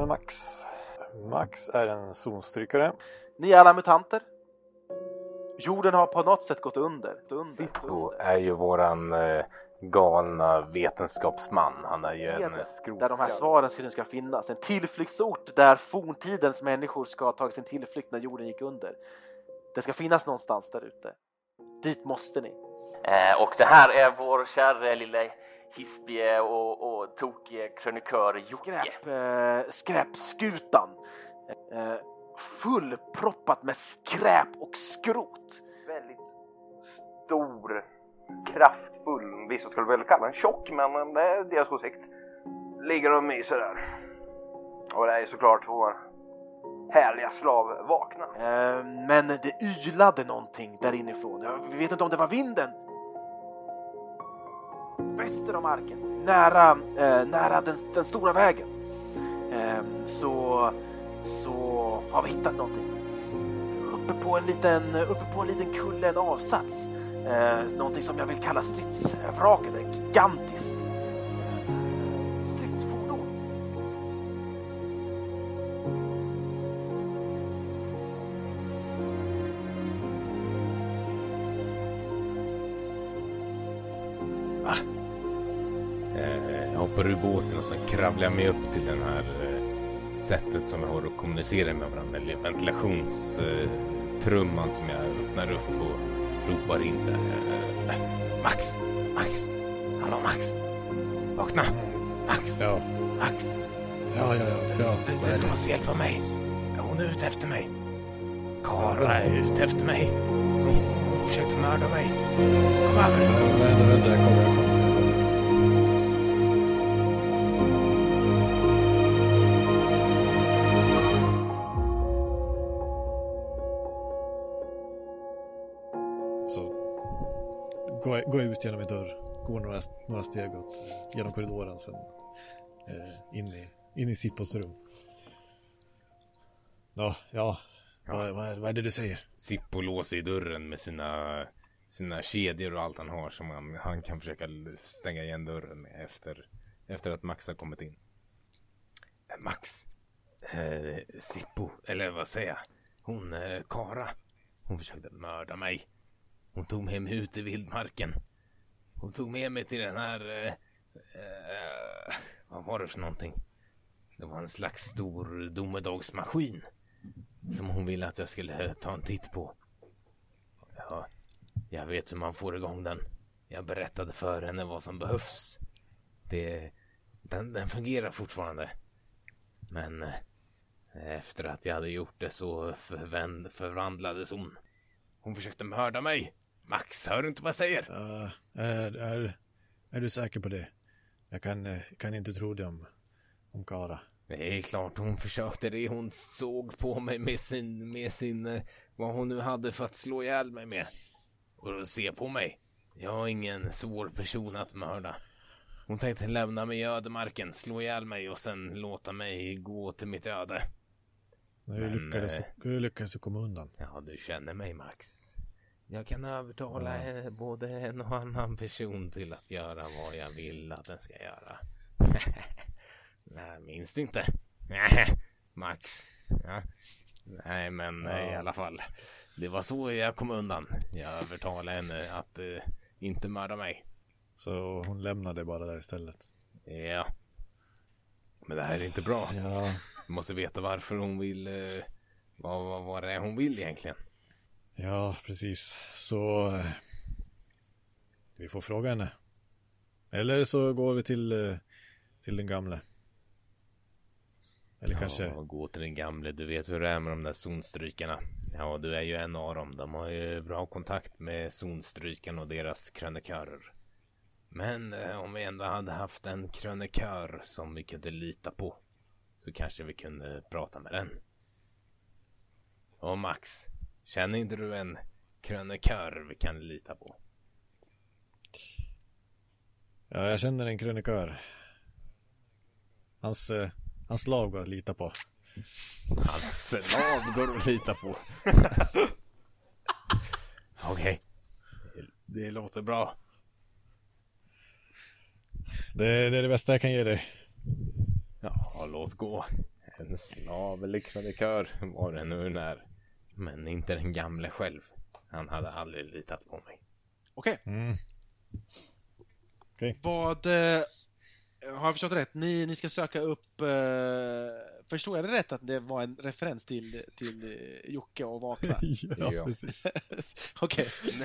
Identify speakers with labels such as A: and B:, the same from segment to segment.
A: med Max. Max är en zonstrykare.
B: Ni är alla mutanter. Jorden har på något sätt gått under.
C: Zippo är ju våran galna vetenskapsman. Han är ju en skrotskalle.
B: Där de här svaren ska finnas. En tillflyktsort där forntidens människor ska ha tagit sin tillflykt när jorden gick under. Det ska finnas någonstans där ute. Dit måste ni.
D: Och det här är vår kära lilla hispige och tokiga krönikör Jocke.
B: Skräpskutan. Fullproppat med skräp och skrot.
E: Väldigt stor, kraftfull, vissa skulle väl kalla den tjock, men det är deras åsikt. Ligger och myser där. Och det är såklart vår härliga slav Vakna.
B: Men det ylade någonting där inifrån. Jag vet inte om det var vinden. Väster om marken. Nära den stora vägen. Så har vi hittat någonting. Uppe på en liten kulle, en avsats. Någonting som jag vill kalla stridsvrak, eller gigantiskt stridsfordon.
C: Va? Jag hoppar ur båten och så kravlar jag mig upp till den här sättet som jag har att kommunicera med varandra, eller ventilationstrumman som jag öppnar upp och ropar in så här. Max! Hallå Max! Vakna! Max!
F: Ja.
C: Max!
F: Ja.
C: Du måste hjälpa mig. Hon är ute efter mig. Kara är ute efter mig. Hon försökte mörda mig. Kom över.
F: Vänta, jag kommer. Gå ut genom en dörr. Gå några steg åt genom korridoren, sen in i Sippos rum. Ja. Vad är det du säger?
C: Sippo låser i dörren med sina kedjor och allt han har, som han kan försöka stänga igen dörren med efter att Max har kommit in. Max, Sippo, eller vad säger jag? Hon, Kara, hon försökte mörda mig. Hon tog med mig ut i vildmarken. Hon tog med mig till den här... vad var det för någonting? Det var en slags stor domedagsmaskin som hon ville att jag skulle ta en titt på. Ja, jag vet hur man får igång den. Jag berättade för henne vad som behövs. Den fungerar fortfarande. Men efter att jag hade gjort det så förvandlades hon. Hon försökte mörda mig. Max, hör du inte vad jag säger?
F: Är du säker på det? Jag kan inte tro det om Kara.
C: Det är klart hon försökte det. Hon såg på mig med sin vad hon nu hade för att slå ihjäl mig med. Och se på mig. Jag är ingen svår person att mörda. Hon tänkte lämna mig i ödemarken, slå ihjäl mig och sen låta mig gå till mitt öde.
F: Hur lyckades du komma undan?
C: Ja, du känner mig, Max. Jag kan övertala både en och annan person till att göra vad jag vill att den ska göra. Nej, minns du inte? Nej, Max. Ja. Nej, men i alla fall. Det var så jag kom undan. Jag övertalade henne att inte mörda mig.
F: Så hon lämnade bara där istället?
C: Ja. Men det här är inte bra.
F: Ja.
C: Du måste veta varför hon vill... vad det är hon vill egentligen.
F: Ja, precis. Så... vi får fråga henne. Eller så går vi till den gamle. Eller kanske...
C: gå till den gamle. Du vet hur det är med de där zonstrykarna. Ja, du är ju en av dem. De har ju bra kontakt med zonstrykarna och deras krönikörer. Men om vi ändå hade haft en krönikör som vi kunde lita på, så kanske vi kunde prata med den. Och Max, känner inte du en krönikör vi kan lita på?
F: Ja, jag känner en krönikör. Hans slav går att lita på.
C: Hans slav går att lita på. Okej. Det låter bra.
F: Det är det bästa jag kan ge dig.
C: Ja, låt gå. En slav eller krönikör var det nu när. Men inte den gamle själv. Han hade aldrig litat på mig.
B: Okej.
F: Okej.
B: Vad... har jag förstått rätt? Ni ska söka upp... förstår jag det rätt att det var en referens till Jocke och Vakna?
F: Ja, precis.
B: Okej.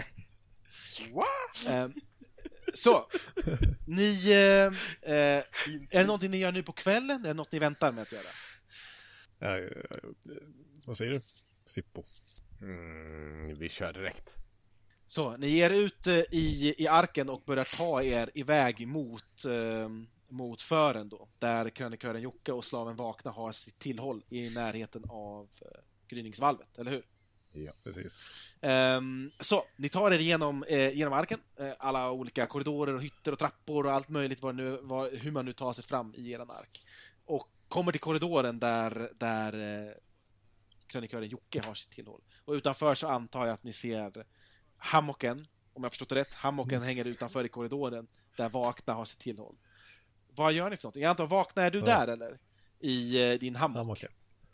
B: What? Så, ni... är det någonting ni gör nu på kvällen? Är det något ni väntar med att göra?
F: Vad säger du? Sippo.
C: Vi kör direkt.
B: Så, ni ger ut i arken och börjar ta er iväg mot fören då. Där krönikören Jocke och slaven Vakna har sitt tillhåll i närheten av gryningsvalvet, eller hur?
F: Ja, precis.
B: Så, ni tar er genom arken. Alla olika korridorer och hytter och trappor och allt möjligt hur man nu tar sig fram i eran ark. Och kommer till korridoren där krönikören Jocke har sitt tillhåll. Och utanför så antar jag att ni ser hammocken, om jag förstått det rätt. Hammocken hänger utanför i korridoren där Vakna har sitt tillhåll. Vad gör ni för någonting? Jag antar, Vakna, är du där eller? I din hammock?
F: Hammocken.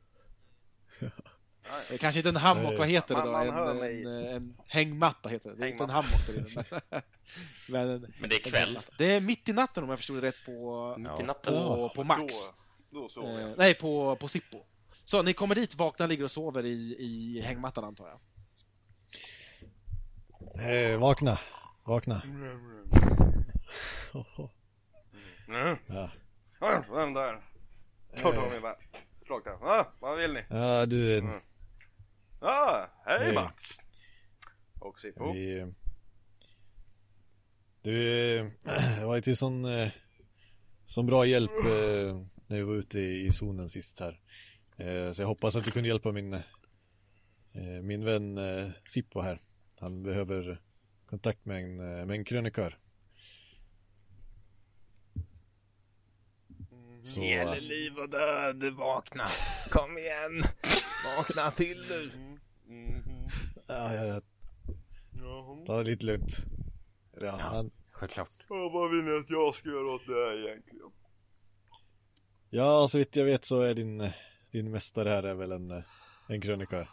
B: Kanske inte en hammock, vad heter det då?
E: Man hör mig.
B: En hängmatta heter det. Det är inte en hammock det.
D: Men det är kväll.
B: Det är mitt i natten om jag förstod det rätt på
D: Mitt i natten.
B: på Max.
E: Då sover jag.
B: Nej, på Sippo. Så ni kommer dit, Vakna ligger och sover i hängmattan antar jag.
F: Vakna. Ja.
E: Vem där? Vad vill ni?
F: Ja, du...
E: Hej Max. Och Sippo.
F: Du var ju till sån bra hjälp när vi var ute i zonen sist här. Så jag hoppas att du kunde hjälpa min vän Sippo här. Han behöver kontakt med en krönikör.
C: Så... Det gäller liv och död, Vakna. Kom igen. Vakna till du.
F: Ja, jag tar det lite lugnt. Ja,
C: självklart.
E: Vad vill ni att jag ska göra åt det här egentligen?
F: Ja, så vitt jag vet så är din mästare här är väl en krönikör.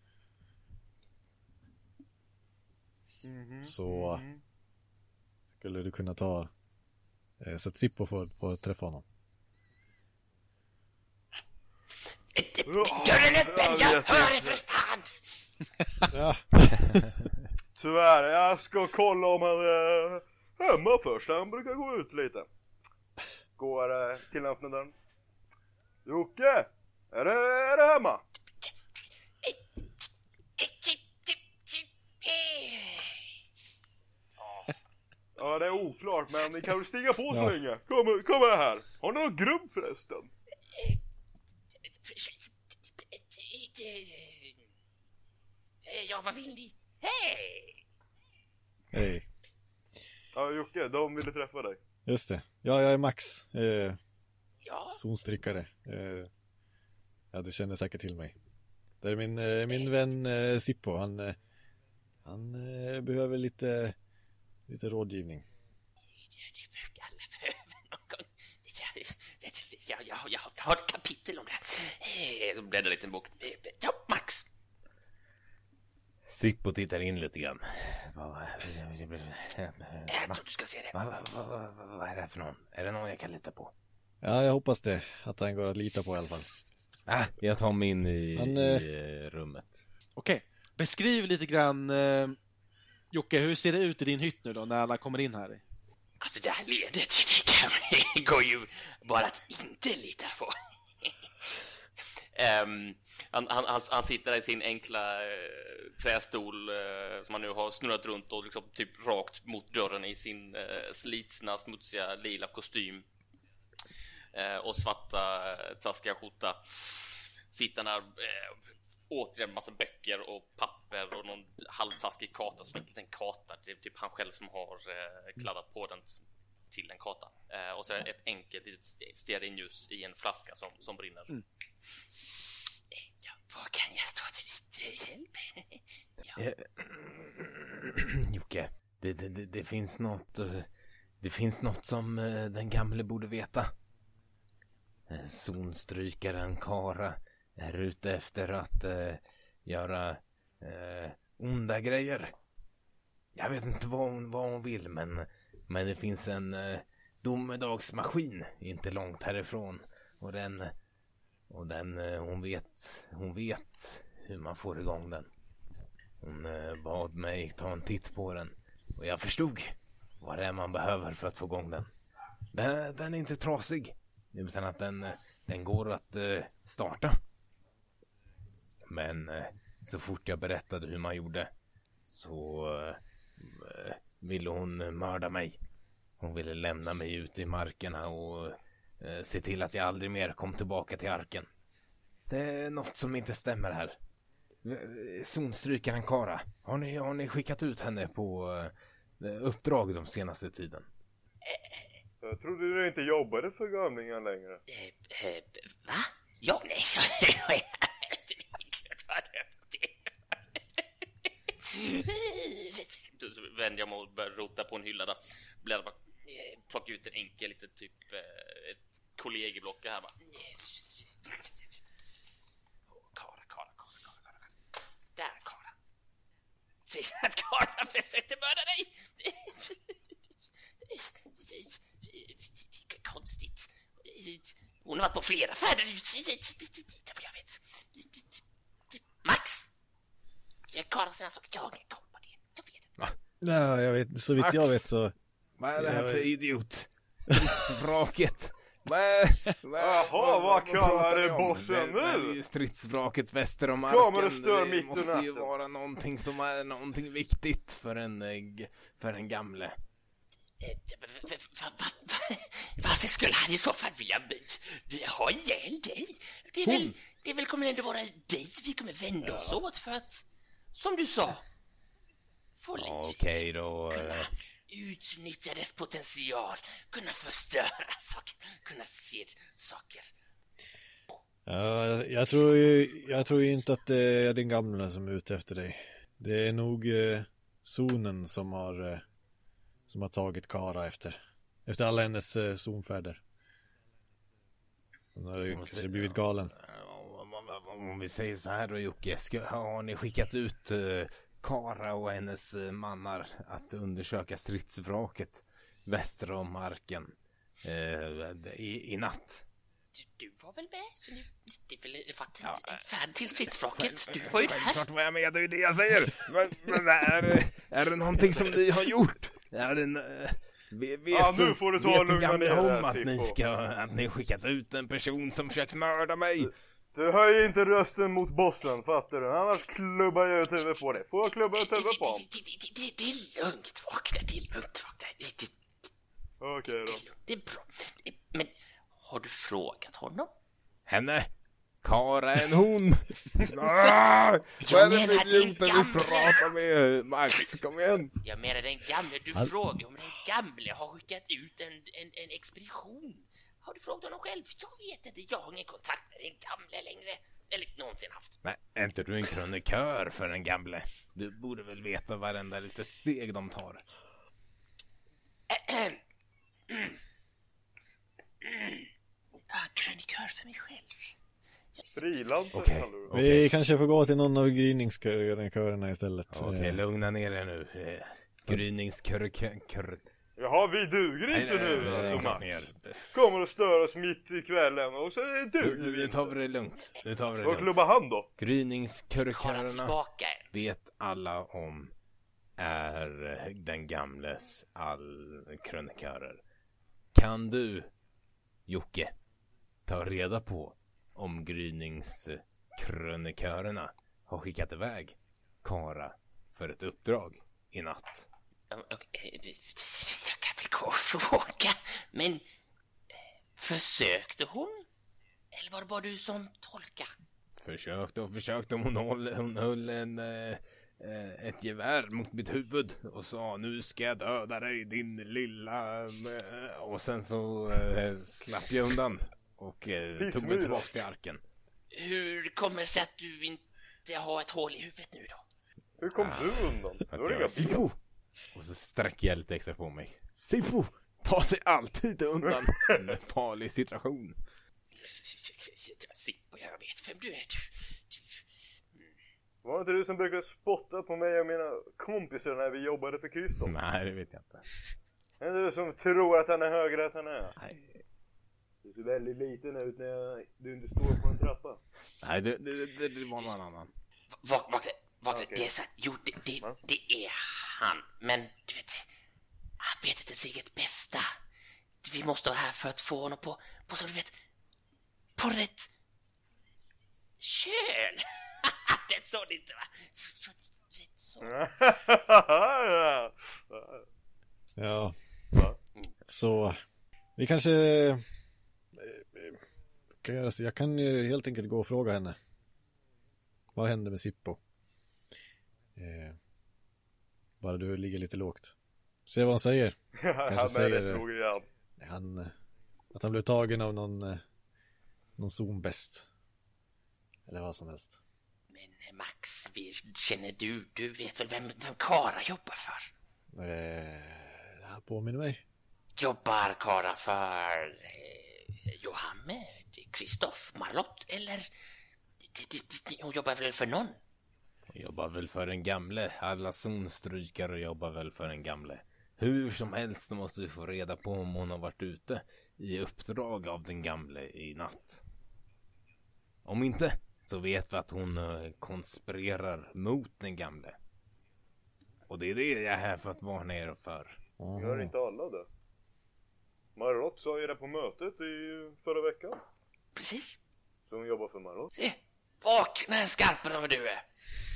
F: Så skulle du kunna ta så att Sippo får träffa honom.
D: Dörren öppen, jag hör det för fan!
F: Ja.
E: Tyvärr, jag ska kolla om han är hemma först. Han brukar gå ut lite. Går till öppnaren. Jocke, är det hemma? Ja, det är oklart, men ni kan väl stiga på så länge. Kom här. Har ni någon grubb förresten?
D: Ja, vad vill ni? Hej!
F: Hej.
E: Ja, Jocke, de ville träffa dig.
F: Just det. Ja, jag är Max.
D: Ja.
F: Zonstrykare. Ja, du känner säkert till mig. Det är min vän Sippo. Han behöver lite rådgivning.
D: Det brukar alla behöva någon gång. Jag har ett kapitel om det. Då bläddrar lite en bok. Ja, Max.
C: Sippo tittar in lite grann.
D: Jag tror du ska se det.
C: Vad är det för någon? Är det någon jag kan lita på?
F: Ja, jag hoppas det. Att han går att lita på i alla fall.
C: Jag tar mig in i rummet.
B: Okej. Beskriv lite grann Jocke, hur ser det ut i din hytt nu då när alla kommer in här?
D: Alltså det här ledet, det går ju bara att inte lita på. Han sitter i sin enkla trästol som han nu har snurrat runt och liksom typ rakt mot dörren i sin slitsna, smutsiga, lila kostym och svarta, taskiga skjorta. Sitter där återigen massa böcker och papper och någon halvtaskig karta som inte är en karta. Det är typ han själv som har kladdat på den till en karta. Och så ett enkelt stearinljus i en flaska som brinner. Ja, vad kan jag stå till lite hjälp?
C: Jocke, det finns något som den gamle borde veta. zonstrykaren Kara är ute efter att göra onda grejer. Jag vet inte vad hon vill, men det finns en domedagsmaskin inte långt härifrån. Och den hon vet hur man får igång den. Hon bad mig ta en titt på den. Och jag förstod vad det är man behöver för att få igång den. Den är inte trasig, utan att den går att starta. Men så fort jag berättade hur man gjorde så ville hon mörda mig. Hon ville lämna mig ute i markerna och se till att jag aldrig mer kom tillbaka till arken. Det är något som inte stämmer här. Zonstrykaren Kara, har ni skickat ut henne på uppdrag de senaste tiden?
G: Jag trodde du inte jobbade för gamlingen längre.
D: Va? Ja, nej. Så vänder jag mig och börjar rota på en hylla där. Bläddrar, plocka ut en enkel liten typ ett kollegieblock här va. Kara. Där Kara. Se att Kara försökte mörda dig. Konstigt. Hon har varit på flera färder. Jag vet. Max! Kara sen så jag har ingen koll på det. Jag vet.
C: Va?
F: Ja, jag vet, så vitt
C: Max.
F: jag vet så...
C: Vad är det här för idiot? Stridsvraket.
G: Jaha, vad kallar du bossen
C: Det är
G: nu?
C: ju stridsvraket väster om
G: Ja, men
C: marken.
G: du stör
C: Det
G: mitt i
C: måste ju
G: natten.
C: vara någonting som är någonting viktigt för en gamle.
D: Varför skulle han i så fall vilja ha ihjäl dig? Det är väl kommer ändå vara dig vi kommer vända oss åt för att, som du sa, få
C: Okej då.
D: kunna utnyttja dess potential, kunna förstöra saker, kunna se saker.
F: Ja, jag tror inte att det är den gamla som är ute efter dig. Det är nog zonen som har tagit Kara efter alla hennes zonfärder. Hon har ju kanske blivit galen.
C: Om vi säger så här då Jocke, har ni skickat ut Kara och hennes mannar att undersöka stridsvraket väster om marken i natt?
D: Du var väl med? Så det är väl en färd till stridsvraket. Du var ju där.
C: Klart vad jag med, det är ju det jag säger. Men är det någonting som ni har gjort? Är det
G: Nu får du ta och lugna ner
C: om
G: dig,
C: att ni skickat ut en person som försökt mörda mig?
G: Du höjer inte rösten mot bossen, fattar du? Annars klubbar jag ut huvudet på dig. Får jag klubba ut huvudet på honom?
D: Det är lugnt, vakna.
G: Okej då.
D: Det är bra. Men har du frågat honom?
C: Henne? Kara är en hon.
D: Vad är det för
C: idioter vi pratar med? Max, kom igen.
D: Jag menar den gamle, du frågar om den gamle har skickat ut en expedition. Har du frågat honom själv? Jag vet inte, jag har ingen kontakt med den gamle längre. Eller någonsin haft.
C: Men är inte du en krönikör för den gamle? Du borde väl veta varenda litet steg de tar.
D: Krönikör för mig själv.
G: Frilansare
C: Okej.
G: kallar du.
F: Vi kanske får gå till någon av gryningskörerna istället.
C: Okej, lugna ner er nu. Gryningskör...
G: Jaha, vi duger inte nu alltså, Max. Kommer att störa oss mitt i kvällen och så är det du.
C: Nu tar vi det lugnt.
G: Vad klubbar han då?
D: Kolla
C: Gryningskörkörerna
D: tillbaka.
C: vet alla om är den gamles krönikörer. Kan du, Jocke, ta reda på om gryningskrönikörerna har skickat iväg Kara för ett uppdrag i natt?
D: Jag kan väl gå och fråga. Men försökte hon? Eller var det bara du som tolka?
C: Försökte. Hon höll ett gevär mot mitt huvud och sa nu ska jag döda dig din lilla... Och sen så slapp jag undan och tog mig tillbaka till arken.
D: Hur kommer det sig att du inte har ett hål i huvudet nu då?
G: Hur kom du undan?
C: För
G: Du
C: att
G: har
C: jag
G: inga
C: är Sippo. Och så sträcker jag lite extra på mig. Sippo tar sig alltid undan en farlig situation.
D: Sippo, jag vet vem du är.
G: Var det inte du som brukade spotta på mig och mina kompisar när vi jobbade för Kristoff?
C: Nej, det vet jag inte.
G: Är det du som tror att han är högre att han är?
C: Nej,
G: Du ser väldigt liten ut när du inte står på en trappa.
C: Nej det var någon annan.
D: Vakna,
G: Okej.
D: det är så. Jo, det är han. Men du vet, han vet inte sitt eget bästa. Vi måste vara här för att få honom på så du vet, på rätt kön. Det är så det inte va? Rätt så.
F: Ja. Så vi kanske kan göra så. Jag kan ju helt enkelt gå och fråga henne. Vad händer med Sippo? Bara du ligger lite lågt. Se vad han säger. Kanske säger att han blev tagen av någon zonbäst. Eller vad som helst.
D: Men Max, känner du vet väl vem Kara jobbar för?
F: Det här påminner mig.
D: Jobbar Kara för Johanne, Kristoff, Marlott eller hon jobbar väl för någon?
C: Hon jobbar väl för den gamle. Alla zonstrykare jobbar väl för den gamle. Hur som helst måste vi få reda på om hon har varit ute i uppdrag av den gamle i natt. Om inte, så vet vi att hon konspirerar mot den gamle. Och det är det jag är här för att varna er för.
G: Gör inte alla det? Marlott sa ju det på mötet i förra veckan.
D: Precis.
G: Så hon jobbar för Marlott.
D: Se, vakna skarpare än vad du är.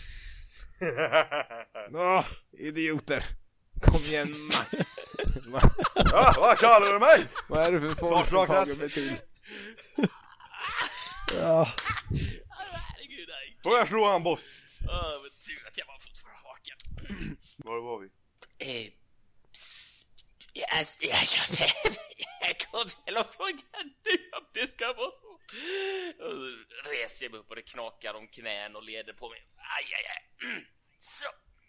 C: Idioter. Kom igen, Max.
G: Ja, vad kallar du mig?
C: Vad är det för folk som tagit mig till?
F: Ja.
D: Herregud, nej.
G: Får jag slå han, boss?
D: Men tur att jag var fortfarande vaken.
G: Var var vi?
D: Jag kom väl och frågade nu om det ska vara så. Och så reser jag mig upp och det knakar om knän och leder på mig. Aj. Så.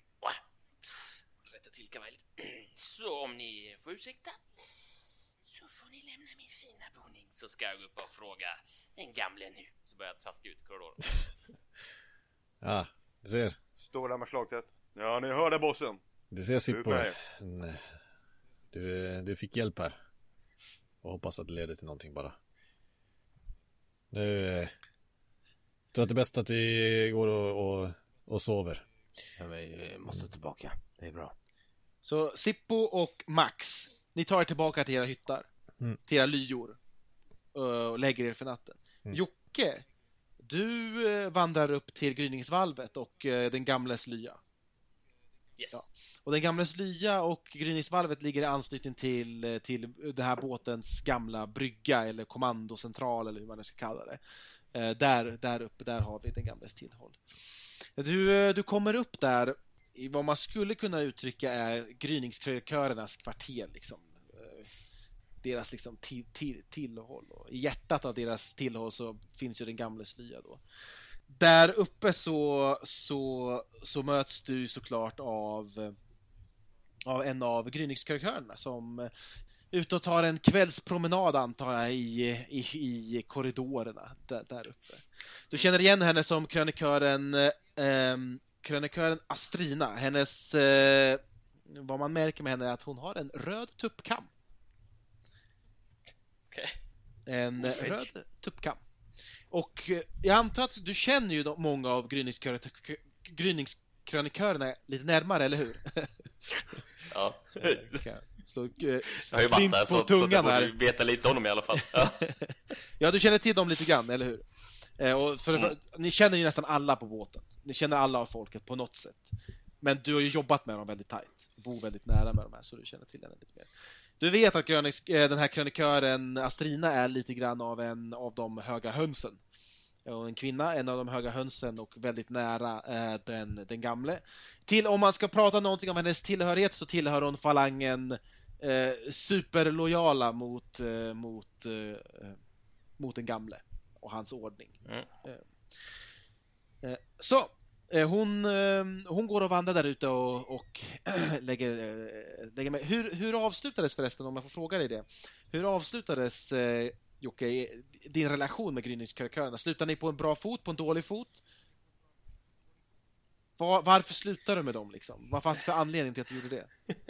D: Rätta till kavaj lite. Så om ni får ursäkta, så får ni lämna min fina boning, så ska jag gå upp och fråga den gamle nu. Så börjar jag traska ut i korridoren.
F: Ja, du ser.
G: Står där med slagtätt. Ja, ni hörde bossen.
F: Du ser Sippo.
G: Ut med
F: Du fick hjälp här. Och hoppas att det leder till någonting bara. Nu tror att det är bäst att vi går och sover.
C: Ja, vi måste tillbaka. Det är bra.
B: Så Sippo och Max, ni tar er tillbaka till era hyttar. Till era lyor. Och lägger er för natten. Jocke, du vandrar upp till gryningsvalvet och den gamles lya.
D: Yes.
B: Ja. Och den gamla lya och gryningsvalvet ligger i anslutning till den här båtens gamla brygga eller kommandocentral eller hur man ska kalla det. Där uppe, där har vi den gamles tillhåll. Du kommer upp där i vad man skulle kunna uttrycka är gryningskörernas kvarter liksom. Deras liksom tillhåll. Och i hjärtat av deras tillhåll så finns ju den gamles lya då. Där uppe så möts du såklart av en av gryningskörkörerna som ute och tar en kvällspromenad antar jag i korridorerna där uppe. Du känner igen henne som krönikören Astrina. Hennes vad man märker med henne är att hon har en röd tuppkam.
D: Okej.
B: En röd tuppkam. Och jag antar att du känner ju många av gryningskrönikörerna lite närmare, eller hur?
D: Ja.
B: Slå
D: Jag har ju varit där, så jag borde veta lite om dem i alla fall. Ja.
B: Ja, du känner till dem lite grann, eller hur? Och ni känner ju nästan alla på båten. Ni känner alla av folket på något sätt. Men du har ju jobbat med dem väldigt tajt. Bor väldigt nära med dem här, så du känner till henne lite mer. Du vet att den här krönikören Astrina är lite grann av en av de höga hönsen. Och en kvinna, en av de höga hönsen och väldigt nära den gamle. Om man ska prata någonting om hennes tillhörighet så tillhör hon falangen superlojala mot den gamle och hans ordning. Så hon går och vandrar där ute och lägger med. Hur avslutades förresten, om jag får fråga dig det? Hur avslutades Jocke, din relation med gryningskrönikörerna? Slutar ni på en bra fot, på en dålig fot? Varför slutar du med dem liksom? Vad fanns det för anledning till att du gjorde det?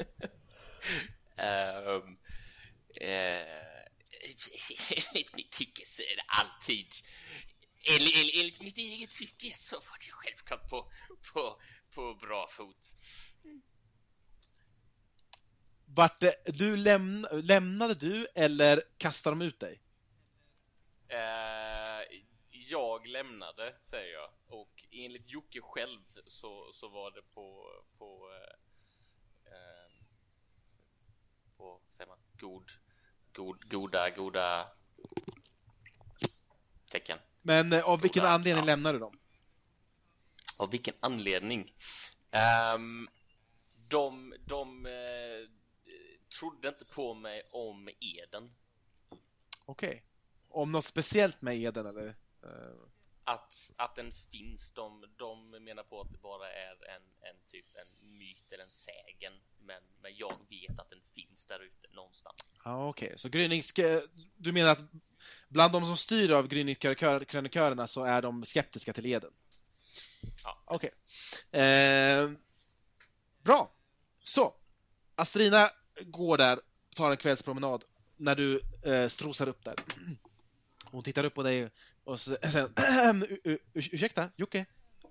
D: Enligt mitt tycke så är det alltid enligt mitt eget tycke så var det självklart på bra fot.
B: Lämnade du eller kastade de ut dig?
D: Jag lämnade, säger jag. Och enligt Jocke själv så var det på säger man, goda tecken.
B: Men av vilken anledning lämnade du dem?
D: Av vilken anledning? De trodde inte på mig om eden.
B: Okej. Om något speciellt med eden eller?
D: Att den finns. De menar på att det bara är en typ en myt eller en sägen. Men jag vet att den finns där ute någonstans.
B: Ja, okej. Så du menar att bland de som styr av gryningskrönikörerna så är de skeptiska till eden?
D: Ja.
B: Okej. Bra. Så. Astrina går där, tar en kvällspromenad när du strosar upp där. Hon tittar upp på dig och sen ursäkta, Jocke?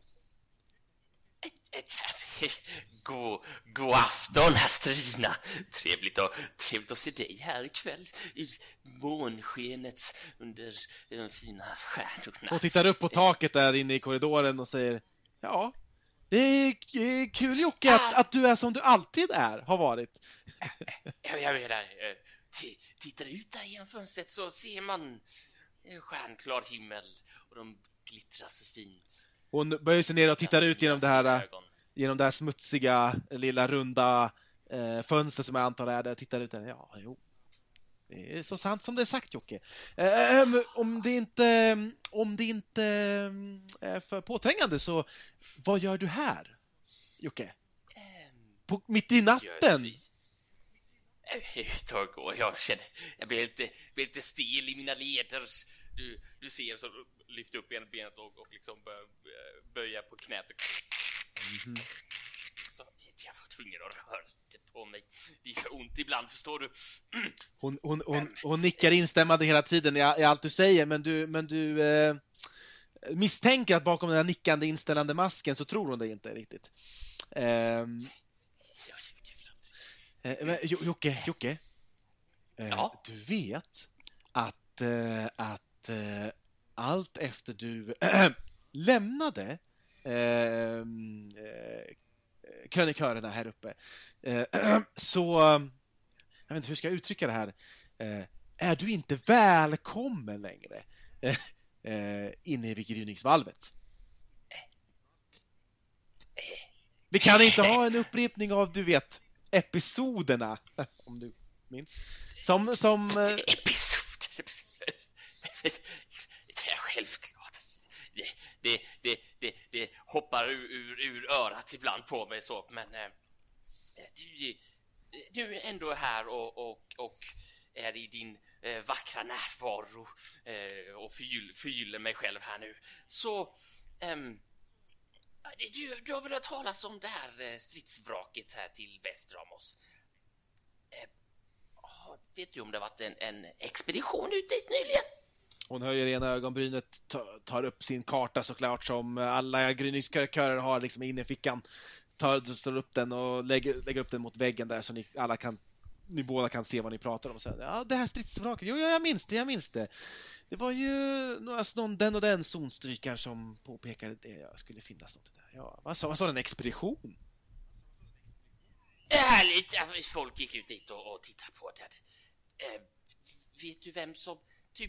D: God afton, Astrina. Trevligt att se dig här ikväll i månskenet under de fina stjärnorna.
B: Hon tittar upp på taket där inne i korridoren och säger: ja, det är kul, Jocke, att du är som du alltid har varit.
D: Jag menar, tittar ut där genom fönstret så ser man en stjärnklar himmel och de glittrar så fint.
B: Hon böjer sig ner och tittar ut genom det här smutsiga, lilla, runda fönster som jag antar är där. Tittar ut där. Ja, jo. Det är så sant som det är sagt, Jocke. Om det inte är för påträngande, så vad gör du här, Jocke? Mitt i natten?
D: Ut och går. Jag blir lite stel i mina leder. Du ser så lyfter upp benet och liksom böja på knät.
B: Mm-hmm.
D: Så jag var tvungen att röra lite på mig. Det gör ont ibland, förstår du.
B: Hon nickar instämmande hela tiden i allt du säger, men du misstänker att bakom den här nickande inställande masken så tror hon det inte riktigt. Jocke,
D: ja?
B: Du vet att allt efter du lämnade krönikörerna här uppe, så jag vet inte hur ska jag uttrycka det här, är du inte välkommen längre inne i gryningsvalvet. Vi kan inte ha en upprepning av, du vet, episoderna, om du minns. Som
D: Episoder? Det är självklart. Det hoppar ur örat ibland på mig så, men du är ändå här och är i din vackra närvaro och fyller mig själv här nu. Så du har väl hört talas om det här stridsvraket här till Västramos? Vet du om det har varit en expedition ut dit nyligen?
B: Hon höjer ena ögonbrynet, tar upp sin karta såklart, som alla gryningskörer har liksom inne i fickan. Står upp den och lägger upp den mot väggen där, så ni båda kan se vad ni pratar om. Så, ja, det här stridsvraket, jo, jag minns det. Det var ju den och den zonstrykaren som påpekade det skulle finnas något där. Ja, vad sa en expedition?
D: Härligt, folk gick ut dit och tittade på det. Vet du vem som typ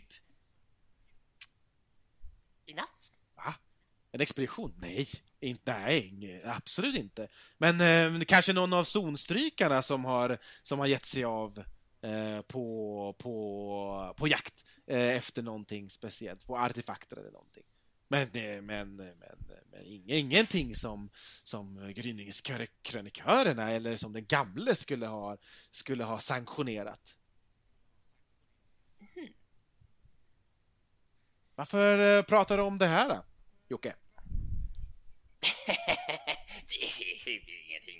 D: i natt?
B: Va? En expedition? Nej, absolut inte. Men kanske någon av zonstrykarna som har gett sig av på jakt efter någonting speciellt, på artefakter eller någonting. Men ingenting som gryningskrönikörerna eller som den gamle skulle ha sanktionerat. Varför pratar du om det här då, Jocke?
D: Det är ju ingenting.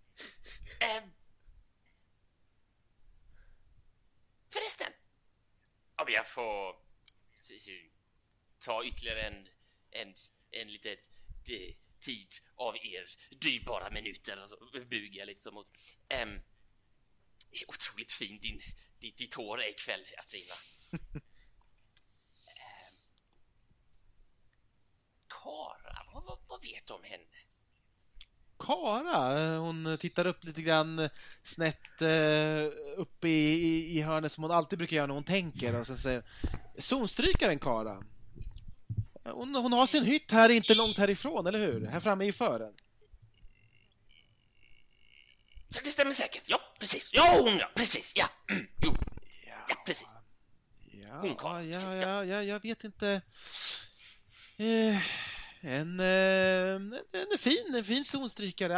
D: Förresten, om jag får ta ytterligare en liten tid av er dyrbara minuter och så bugar jag lite mot. Det är otroligt fin ditt hår är ikväll, Astrina. Kara, vad vet du om henne?
B: Kara, hon tittar upp lite grann snett upp i hörnet som hon alltid brukar göra när hon tänker och så säger zonstrykaren Kara. Hon har sin hytt här inte långt härifrån, eller hur? Här framme i fören.
D: Ja, det stämmer säkert. Ja, precis. Ja, hon, ja, precis. Ja. Jo. Ja, precis. Hon Kara, precis, ja.
B: Jag vet inte. En fin zonstrykare,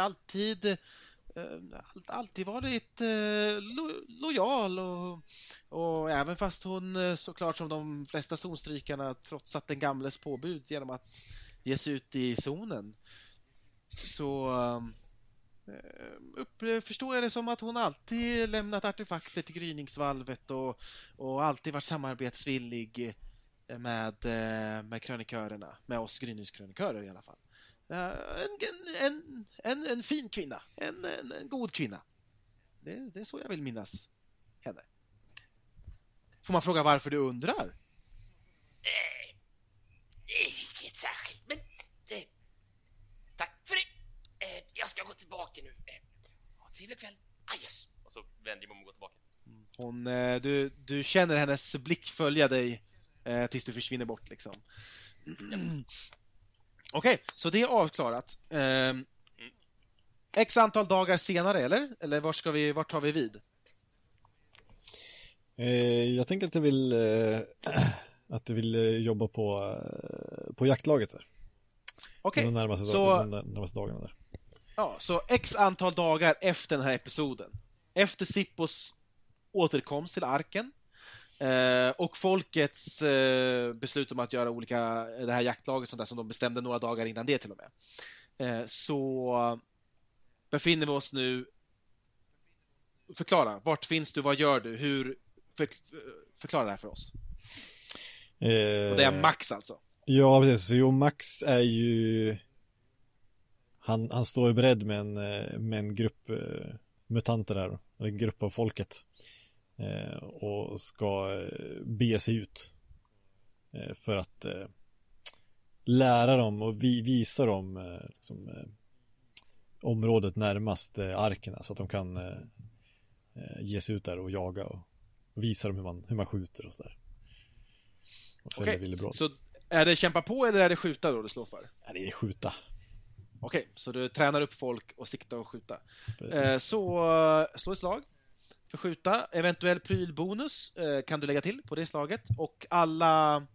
B: alltid varit lojal och även fast hon såklart som de flesta zonstrykarna trotsat den gamles påbud genom att ge sig ut i zonen, så förstår jag det som att hon alltid lämnat artefakter till gryningsvalvet och alltid varit samarbetsvillig med krönikörerna, med oss gryningskrönikörer i alla fall. En fin kvinna, en god kvinna. Det är så jag vill minnas henne. Får man fråga varför du undrar?
D: Inget särskilt, men tack för det. Jag ska gå tillbaka nu. Ha trevlig kväll. Adjöss. Och så vänder jag mig om och går tillbaka.
B: Du känner hennes blick följa dig tills du försvinner bort liksom. Okej, så det är avklarat. X antal dagar senare, eller? Eller vart tar vi vid?
F: Jag tänker att du vill jobba på jaktlaget där.
B: Okej,
F: de närmaste dagarna där.
B: Ja, så X antal dagar efter den här episoden. Efter Sippos återkomst till arken och folkets beslut om att göra det här jaktlaget sånt där, som de bestämde några dagar innan det till och med. Så befinner vi oss nu. Förklara, vart finns du, vad gör du, hur förklara det här för oss. Och det är Max alltså.
F: Ja, precis. Jo, Max är ju han står ju beredd med en grupp mutanter där, en grupp av folket, och ska bege sig ut för att lära dem och visa dem området närmast arkerna, så att de kan ge sig ut där och jaga och visa dem hur man skjuter och sådär.
B: Okej, så är det kämpa på eller är det skjuta då du slår för?
F: Ja, det är skjuta.
B: Okej, så du tränar upp folk och sikta och skjuta. Så slå ett slag för skjuta. Eventuell prylbonus kan du lägga till på det slaget. Och alla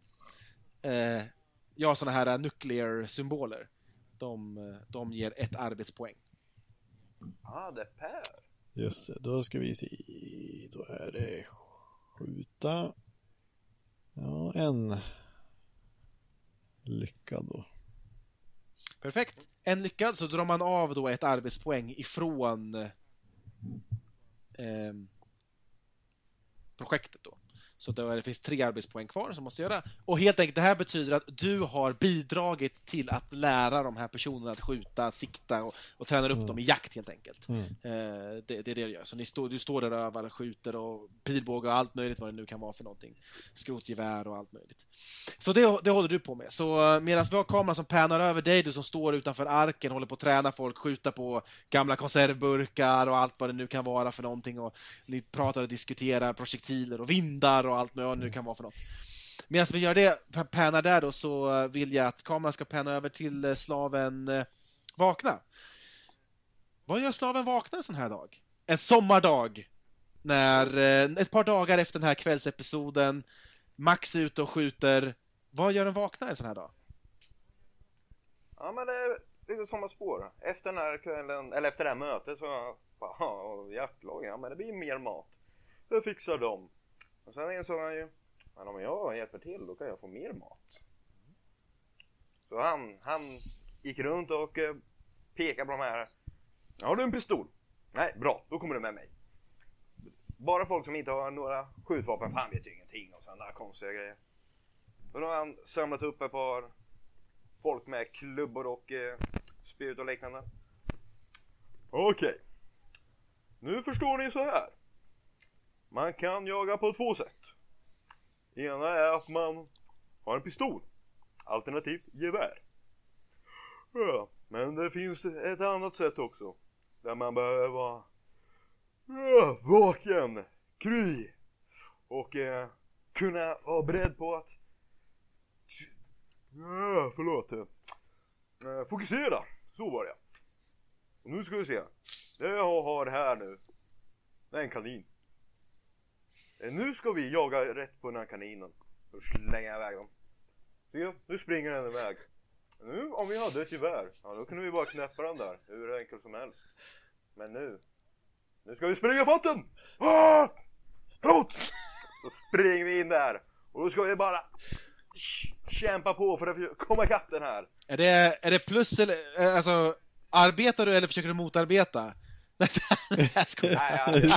B: såna här nuclear symboler, de ger ett arbetspoäng.
E: Det är Per.
F: Just det, då ska vi se. Då är det skjuta. Ja, en lyckad då.
B: Perfekt. En lyckad, så drar man av då ett arbetspoäng ifrån projektet då. Så det finns 3 arbetspoäng kvar som måste göra. Och helt enkelt, det här betyder att du har bidragit till att lära de här personerna att skjuta, sikta och tränar upp dem i jakt helt enkelt. Det är det du gör. Så du står där och övar, skjuter och pilbåge och allt möjligt vad det nu kan vara för någonting. Skrotgevär och allt möjligt. Så det håller du på med. Så medan vi har kameran som pannar över dig, du som står utanför arken, håller på att träna folk, skjuta på gamla konservburkar och allt vad det nu kan vara för någonting, och ni pratar och diskuterar projektiler och vindar och allt vad det nu kan vara för något. Medan vi gör det, pannar där då, så vill jag att kameran ska panna över till slaven Vakna. Vad gör slaven Vakna en sån här dag? En sommardag, när ett par dagar efter den här kvällsepisoden, Max är ute och skjuter. Vad gör en Vakna en sån här dag?
E: Ja, men det är lite sommarspår. Efter den här kvällen, eller efter det här mötet, så jaktlag, ja, men det blir mer mat. Det fixar de. Och sen insåg han ju, men om jag hjälper till, då kan jag få mer mat. Så han gick runt och pekade på de här. Har du en pistol? Nej, bra, då kommer du med mig. Bara folk som inte har några skjutvapen, fan vet ju ingenting och sådana där konstiga grejer. Då har han samlat upp ett par folk med klubbor och spjut och liknande. Okej. Nu förstår ni så här. Man kan jaga på 2 sätt. Ena är att man har en pistol. Alternativt gevär. Ja, men det finns ett annat sätt också. Där man behöver vara vaken, kry. Och kunna vara beredd på att fokusera. Så var det. Och nu ska vi se. Det jag har här nu. Det är en kanin. Nu ska vi jaga rätt på den här kaninen. Och slänga iväg dem. Se, nu springer den iväg. Nu, om vi hade ett gevär, ja, då kunde vi bara knäppa den där. Hur enkelt som helst. Men nu ska vi springa fatt den! Framåt! Så springer vi in där. Och då ska vi bara kämpa på för att komma ikapp den här.
B: Är det plus eller, alltså, arbetar du eller försöker du motarbeta?
E: Nej,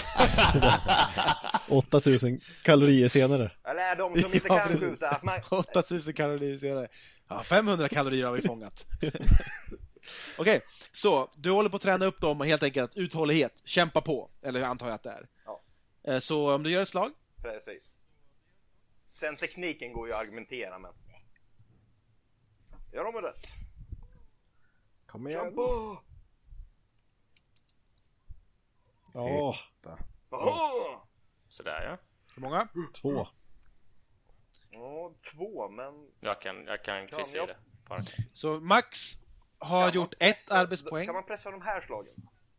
F: 8000 kalorier senare.
E: Jag lär de som inte kan skjuta att man...
B: 8000 kalorier senare. Ja, 500 kalorier har vi fångat. Okej, så du håller på att träna upp dem och helt enkelt uthållighet, kämpa på, eller hur antar jag att det är.
E: Ja.
B: Så om du gör ett slag?
E: Precis. Sen tekniken går ju att argumentera, men... Gör de rätt.
A: Kom igen.
E: Kämpa!
F: Ja,
D: Sådär ja.
B: Hur många?
F: 2.
E: Ja, 2, men...
D: Jag kan kryssa i det. Bara.
B: Så Max har
E: Kan
B: gjort
E: man
B: ett
E: pressa-
B: arbetspoäng.
E: Kan man pressa de här slagen?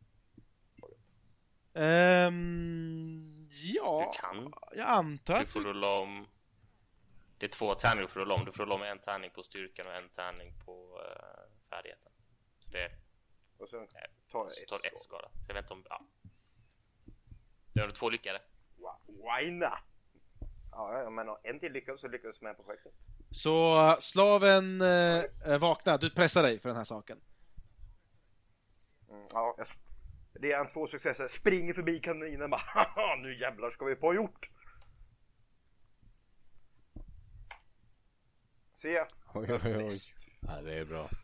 B: Ja,
D: Du kan.
B: jag antar
D: Du
B: att
D: får rulla om. Det är 2 tärningar du får rulla om. Du får rulla om en tärning på styrkan och en tärning på färdigheten. Så det
E: Och sen
D: så tar ett skada. Så jag vet inte om... Ja. Det är 2 lyckade.
E: Why not? Ja, men en till lyckades så lyckades med projektet.
B: Så slaven vaknar, du pressar dig för den här saken.
E: Ja, det är 2 successer. Springer förbi kaninen bara, haha, nu jävlar ska vi på gjort. Se.
C: Oj. Ja, det är bra.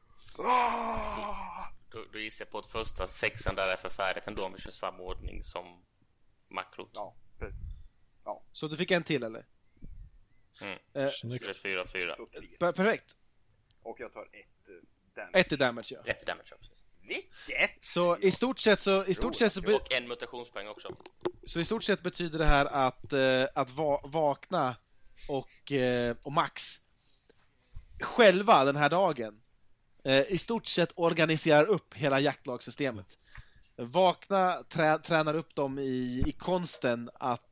D: Då gissar jag på att första 6:an där är för färdigt ändå om vi kör samma ordning som makrot.
E: Ja,
B: Så du fick en till eller?
D: Så det är 4-4.
E: så 3.
B: Perfekt.
E: Och jag tar 1 damage.
B: 1 i damage, ja.
D: 1 damage, ja, precis.
E: Vilket?
B: Så i stort sett så
D: Och en mutationspoäng också.
B: Så i stort sett betyder det här att vakna och Max själva den här dagen i stort sett organiserar upp hela jaktlagssystemet. Vakna tränar upp dem i konsten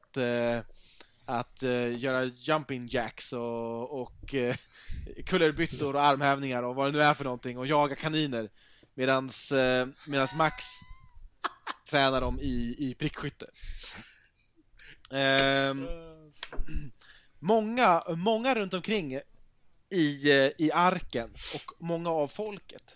B: att göra jumping jacks och kullerbyttor och armhävningar och vad det nu är för någonting och jaga kaniner medans Max tränar dem i prickskytte. Många runt omkring i arken och många av folket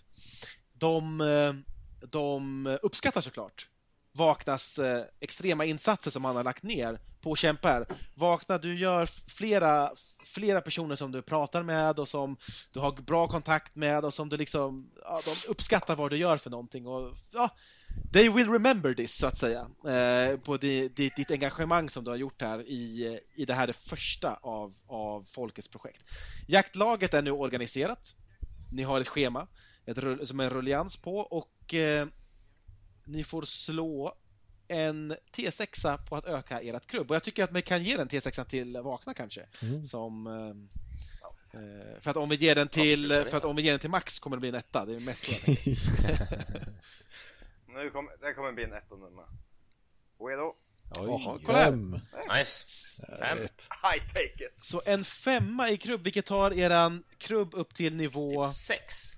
B: de uppskattar såklart Vaknas extrema insatser som han har lagt ner på att kämpa här. Vakna, du gör flera personer som du pratar med och som du har bra kontakt med och som du liksom, ja, de uppskattar vad du gör för någonting och ja, they will remember this så att säga på ditt engagemang som du har gjort här i det här det första av folkets projekt. Jaktlaget är nu organiserat. Ni har ett schema som en rullians på och ni får slå en T6 på att öka ert klubb. Och jag tycker att man kan ge den T6 till Vakna kanske. Som för att om vi ger den till Max kommer det bli en etta. Det är mest så jag tänker.
E: Det kommer bli en etta nu med. Redo?
F: Oj,
B: kolla här.
F: 5.
D: Nice. 5.
E: I take it.
B: Så en 5 i krubb, vilket tar eran krubb upp till nivå
D: 6.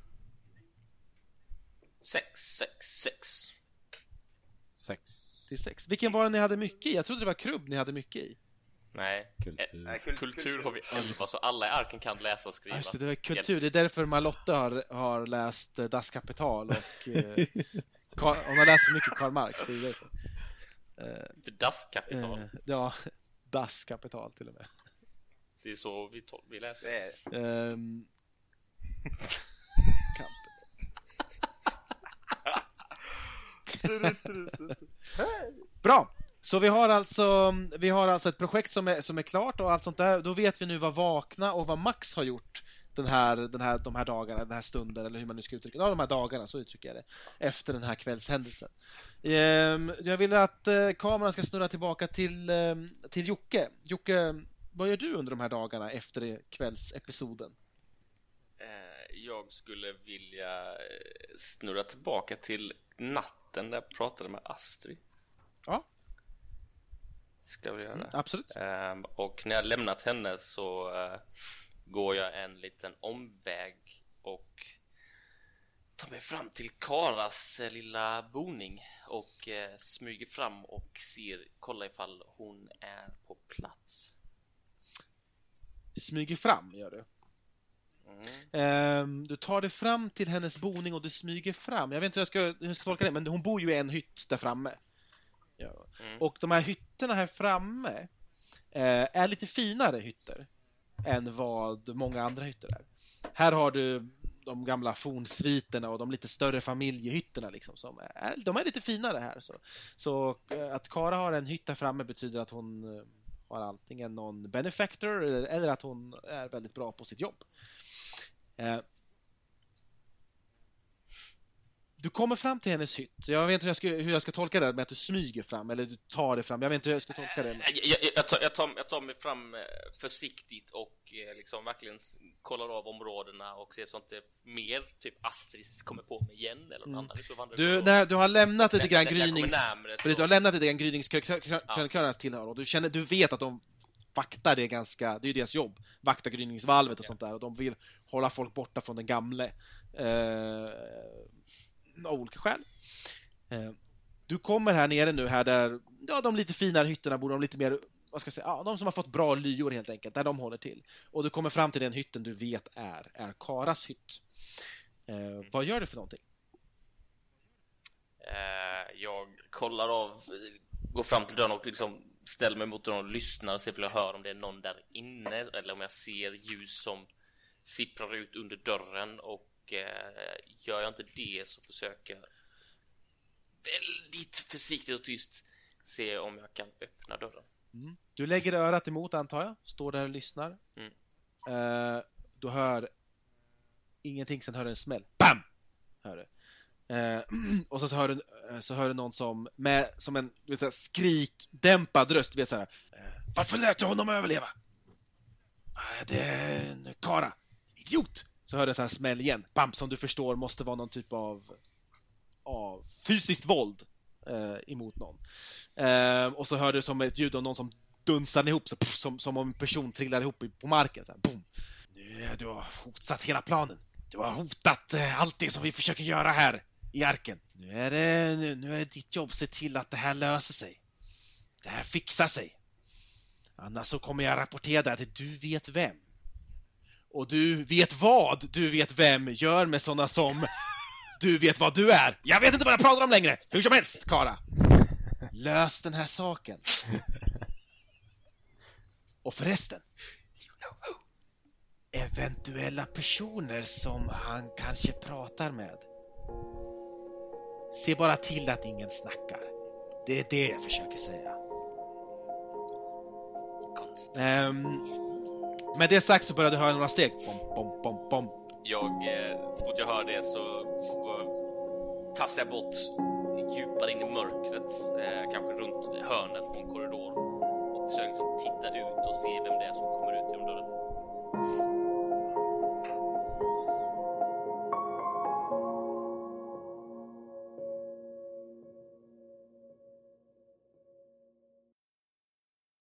B: 6. Vilken var det ni hade mycket i? Jag trodde det var krubb ni hade mycket i.
D: Nej, kultur har vi 11, så alla i arken kan läsa och skriva.
B: Just det var kultur, det är därför Malotte har läst Das Kapital och hon har läst så mycket Karl Marx, det är därför.
D: Das Kapital.
B: Ja, Das Kapital till och med.
D: Det är så vi läser.
B: Bra! Så vi har alltså ett projekt som är klart och allt sånt där. Då vet vi nu vad Vakna och vad Max har gjort de här dagarna, den här stunden, eller hur man nu ska uttrycka det. Ja, de här dagarna, så uttrycker jag det. Efter den här kvällshändelsen. Jag vill att kameran ska snurra tillbaka till Jocke. Jocke, vad gör du under de här dagarna efter kvällsepisoden?
D: Jag skulle vilja snurra tillbaka till natten där jag pratade med Astrid.
B: Ja.
D: Ska vi göra.
B: Absolut.
D: Och när jag lämnat henne så går jag en liten omväg och tar mig fram till Karas lilla boning och smyger fram och kollar ifall hon är på plats.
B: Smyger fram, gör du? Du tar dig fram till hennes boning och du smyger fram. Jag vet inte hur jag ska tolka det, men hon bor ju i en hytt där framme. Ja. Och de här hytterna här framme är lite finare hytter än vad många andra hytter är. Här har du de gamla fornsviterna och de lite större familjehytterna liksom, de är lite finare här. Så att Kara har en hytt där framme betyder att hon har antingen någon benefactor eller att hon är väldigt bra på sitt jobb. Du kommer fram till hennes hytt. Jag vet inte hur jag ska tolka det med att du smyger fram eller du tar det fram. Jag vet inte hur jag ska tolka det.
D: Jag tar mig fram försiktigt och liksom verkligen kollar av områdena och ser så att det mer typ Astrid kommer på mig igen eller någon annan.
B: Du har lämnat lite grann du har lämnat lite grann gryningskrönikörernas tillhör och du vet att de vaktar det ganska, det är ju deras jobb, vakta gryningsvalvet och sånt där, och de vill hålla folk borta från den gamle av olika skäl. Du kommer här nere nu här där de lite finare hytterna bor, de lite mer, vad ska jag säga, de som har fått bra lyor helt enkelt, där de håller till. Och du kommer fram till den hytten du vet är Karas hytt. Vad gör du för någonting?
D: Jag kollar av, går fram till dörren och liksom ställer mig mot dörren och lyssnar och ser om jag hör om det är någon där inne eller om jag ser ljus som sipprar ut under dörren, och gör jag inte det så försöker jag väldigt försiktigt och tyst se om jag kan öppna dörren.
B: Du lägger örat emot, antar jag, står där och lyssnar. Du hör ingenting, sen hör du en smäll. BAM! Hör du. Och så hör du någon som en skrikdämpad röst vet så här. Varför lät du honom överleva? Det är en Kara. Idiot! Så hör du så här smäll igen. Bam, som du förstår måste vara någon typ av fysiskt våld emot någon. Och så hör du som ett ljud av någon som dunsar ihop som om en person trillar ihop på marken så här, boom. Du har hotat hela planen. Du har hotat allt det som vi försöker göra här i arken. Nu är det ditt jobb att se till att det här löser sig. Det här fixar sig. Annars så kommer jag rapportera det att du vet vem. Och du vet vad du vet vem gör med sådana som du vet vad du är. Jag vet inte vad jag pratar om längre. Hur som helst, Kara. Lös den här saken. Och förresten, eventuella personer som han kanske pratar med, se bara till att ingen snackar. Det är det jag försöker säga. Med det sagt så började du höra några steg. Bom, bom, bom, bom.
D: Så fort jag hör det så tassar jag bort djupare in i mörkret, kanske runt hörnet på en korridor, och försöker liksom titta ut och se vem det är som